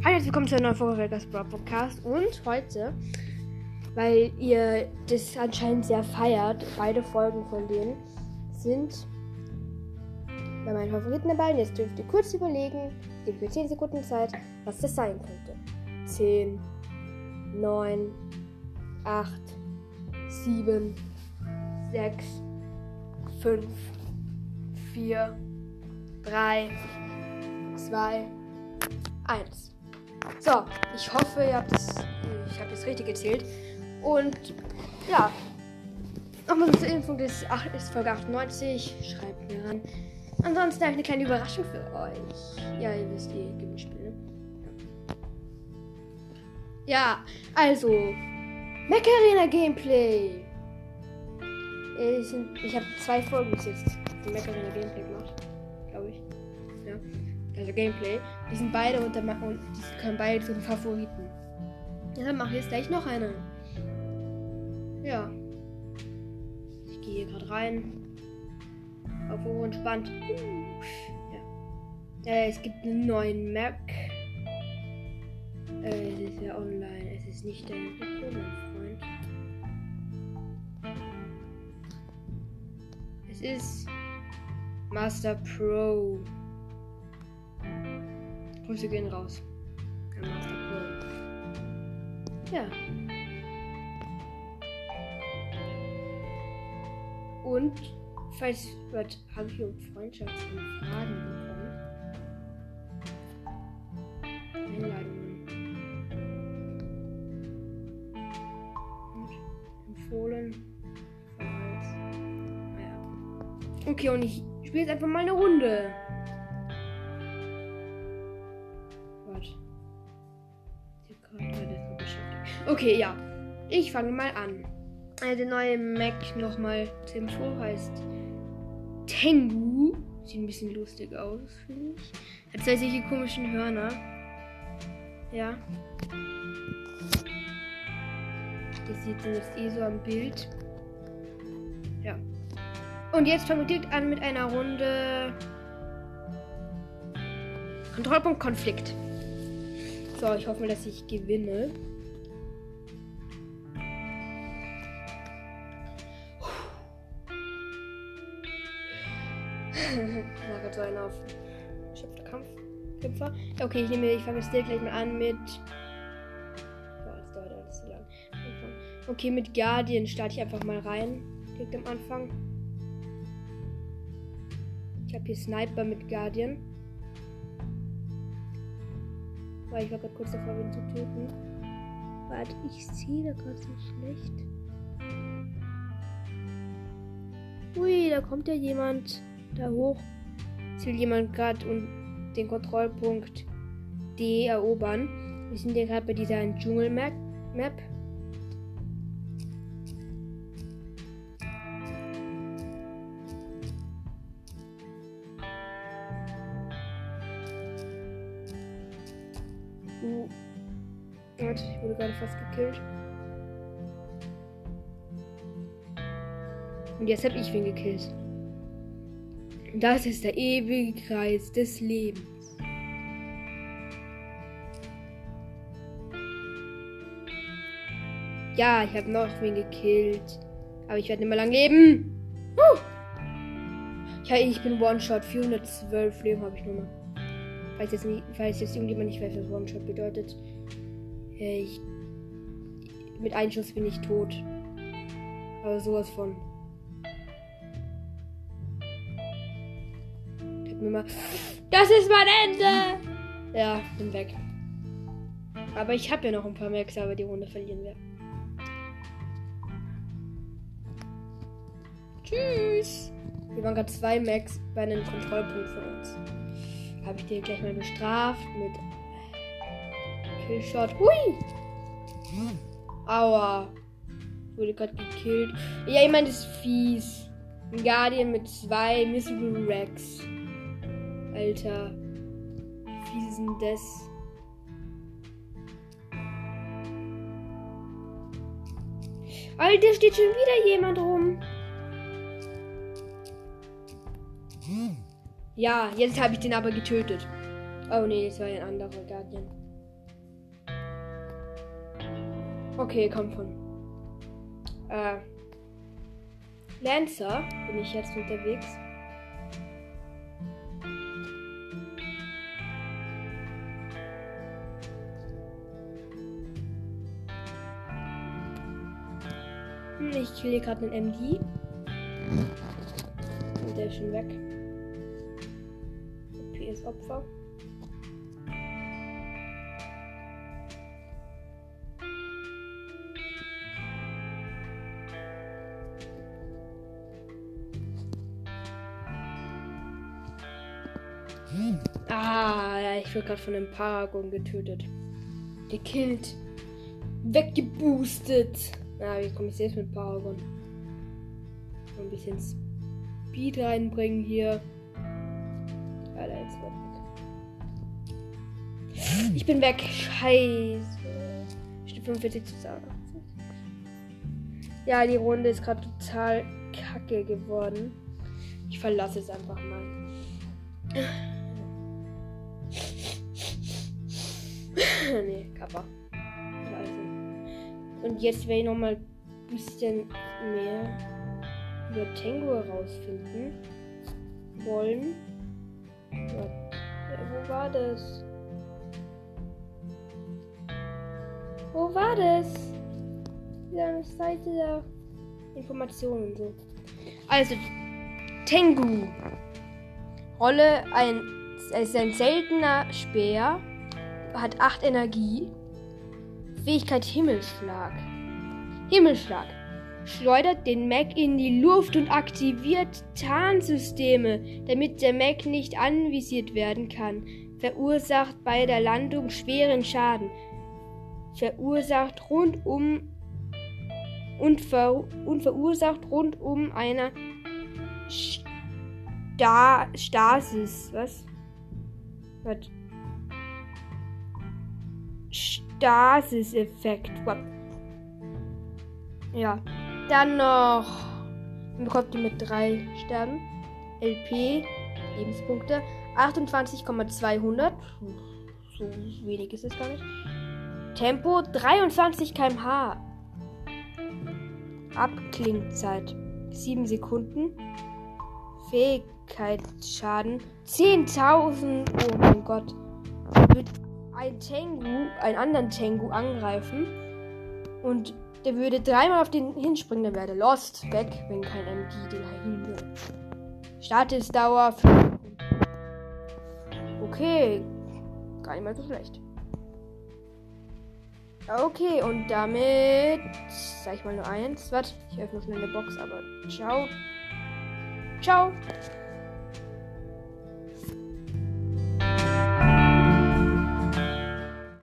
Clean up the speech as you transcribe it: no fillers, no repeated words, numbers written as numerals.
Hallo, herzlich willkommen zu einer neuen Folge Velkas Brawl Podcast. Und heute, weil ihr das anscheinend sehr feiert, beide Folgen von denen sind bei meinen Favoriten dabei. Und jetzt dürft ihr kurz überlegen, ich gebe mir 10 Sekunden Zeit, was das sein könnte. 10, 9, 8, 7, 6, 5, 4, 3, 2, 1. So, ich hoffe, ich habe das richtig gezählt. Und ja, nochmal zur Info, das ist Folge 98. Schreibt mir ran. Ansonsten habe ich eine kleine Überraschung für euch. Ja, ihr wisst Gewinnspiel, ne? Ja, also Mecha Arena Gameplay. Ich habe 2 Folgen bis jetzt die Mecha Arena Gameplay gemacht, glaube ich. Ja. Also Gameplay. Die sind beide und die können beide zu den Favoriten. Ja, dann mache ich jetzt gleich noch eine. Ja. Ich gehe hier gerade rein. Auf hoch und spannend. Ja. Es gibt einen neuen Map. Es ist ja online. Es ist nicht der Entwickler, mein Freund. Es ist Master Pro. Grüße gehen raus. Master Pro. Ja. Und falls habe ich um Freundschaftsanfragen bekommen. Einladungen. Und empfohlen. Naja. Okay, und ich spiele jetzt einfach mal eine Runde. Okay, ja. Ich fange mal an. Der neue Mac nochmal zur Info heißt Tengu. Sieht ein bisschen lustig aus, finde ich. Hat 2 solche komischen Hörner. Ja. Das sieht man jetzt so am Bild. Ja. Und jetzt fangen wir direkt an mit einer Runde Kontrollpunkt Konflikt. So, ich hoffe mal, dass ich gewinne. Da gerade so einer auf Kämpfer. Okay, ich fange jetzt direkt gleich mal an mit. Boah, das dauert alles so lang. Okay, mit Guardian starte ich einfach mal rein. Direkt am Anfang. Ich habe hier Sniper mit Guardian. Weil ich war gerade kurz davor, ihn zu töten. Warte, ich sehe da gerade so schlecht. Ui, da kommt ja jemand da hoch. Jetzt will jemand gerade den Kontrollpunkt D erobern. Wir sind ja gerade bei dieser Dschungel-Map. Warte, ich wurde gerade fast gekillt. Und jetzt habe ich wen gekillt. Das ist der ewige Kreis des Lebens. Ja, ich habe noch wen gekillt. Aber ich werde nicht mehr lang leben. Ich bin One-Shot. 412 Leben habe ich nur noch. Falls jetzt irgendjemand nicht weiß, was One-Shot bedeutet. Mit einem Schuss bin ich tot. Aber sowas von. Das ist mein Ende! Ja, bin weg. Aber ich habe ja noch ein paar Max, aber die Runde verlieren wir. Tschüss! Hier waren gerade 2 Max bei einem Kontrollpunkt von uns. Habe ich den gleich mal bestraft mit Killshot. Hui! Aua! Wurde gerade gekillt. Ja, ich meine, das ist fies. Ein Guardian mit 2 Missile Rex. Alter. Wie fies ist denn das? Alter, steht schon wieder jemand rum. Ja, jetzt habe ich den aber getötet. Oh nee, das war ein anderer Guardian. Okay, kommt von. Lancer bin ich jetzt unterwegs. Ich kill hier gerade einen MD. Und der ist schon weg. PS Opfer. Ja, ich wurde gerade von einem Paragon getötet. Gekillt. Weggeboostet. Wie komme ich jetzt mit Paragon? Ein bisschen Speed reinbringen hier. Alter, jetzt war weg. Ich bin weg. Scheiße. Steht 45 zu 82. Ja, die Runde ist gerade total kacke geworden. Ich verlasse es einfach mal. Nee, Kappa. Also. Und jetzt werde ich nochmal ein bisschen mehr über Tengu herausfinden wollen. Wo war das? Wo war das? Wieder eine Seite der Informationen und so. Also, Tengu. Rolle ist ein seltener Speer. Hat 8 Energie. Fähigkeit Himmelschlag. Himmelschlag. Schleudert den Mech in die Luft und aktiviert Tarnsysteme, damit der Mech nicht anvisiert werden kann. Verursacht bei der Landung schweren Schaden. Verursacht rund um einer Stasis. Was? Stasis-Effekt. Ja. Dann noch. Man bekommt ihr mit 3 Sternen. LP. Lebenspunkte. 28,200. So wenig ist es gar nicht. Tempo 23 km/h. Abklingzeit 7 Sekunden. Fähigkeitsschaden 10.000. Oh mein Gott. Wird einen anderen Tengu angreifen und der würde 3-mal auf den hinspringen, dann wäre der Lost weg, wenn kein MD den heilen will. Startdauer 5 Sekunden. Okay, gar nicht mal so schlecht. Okay, und damit sag ich mal nur eins. Warte, ich öffne schnell eine Box, aber ciao. Ciao.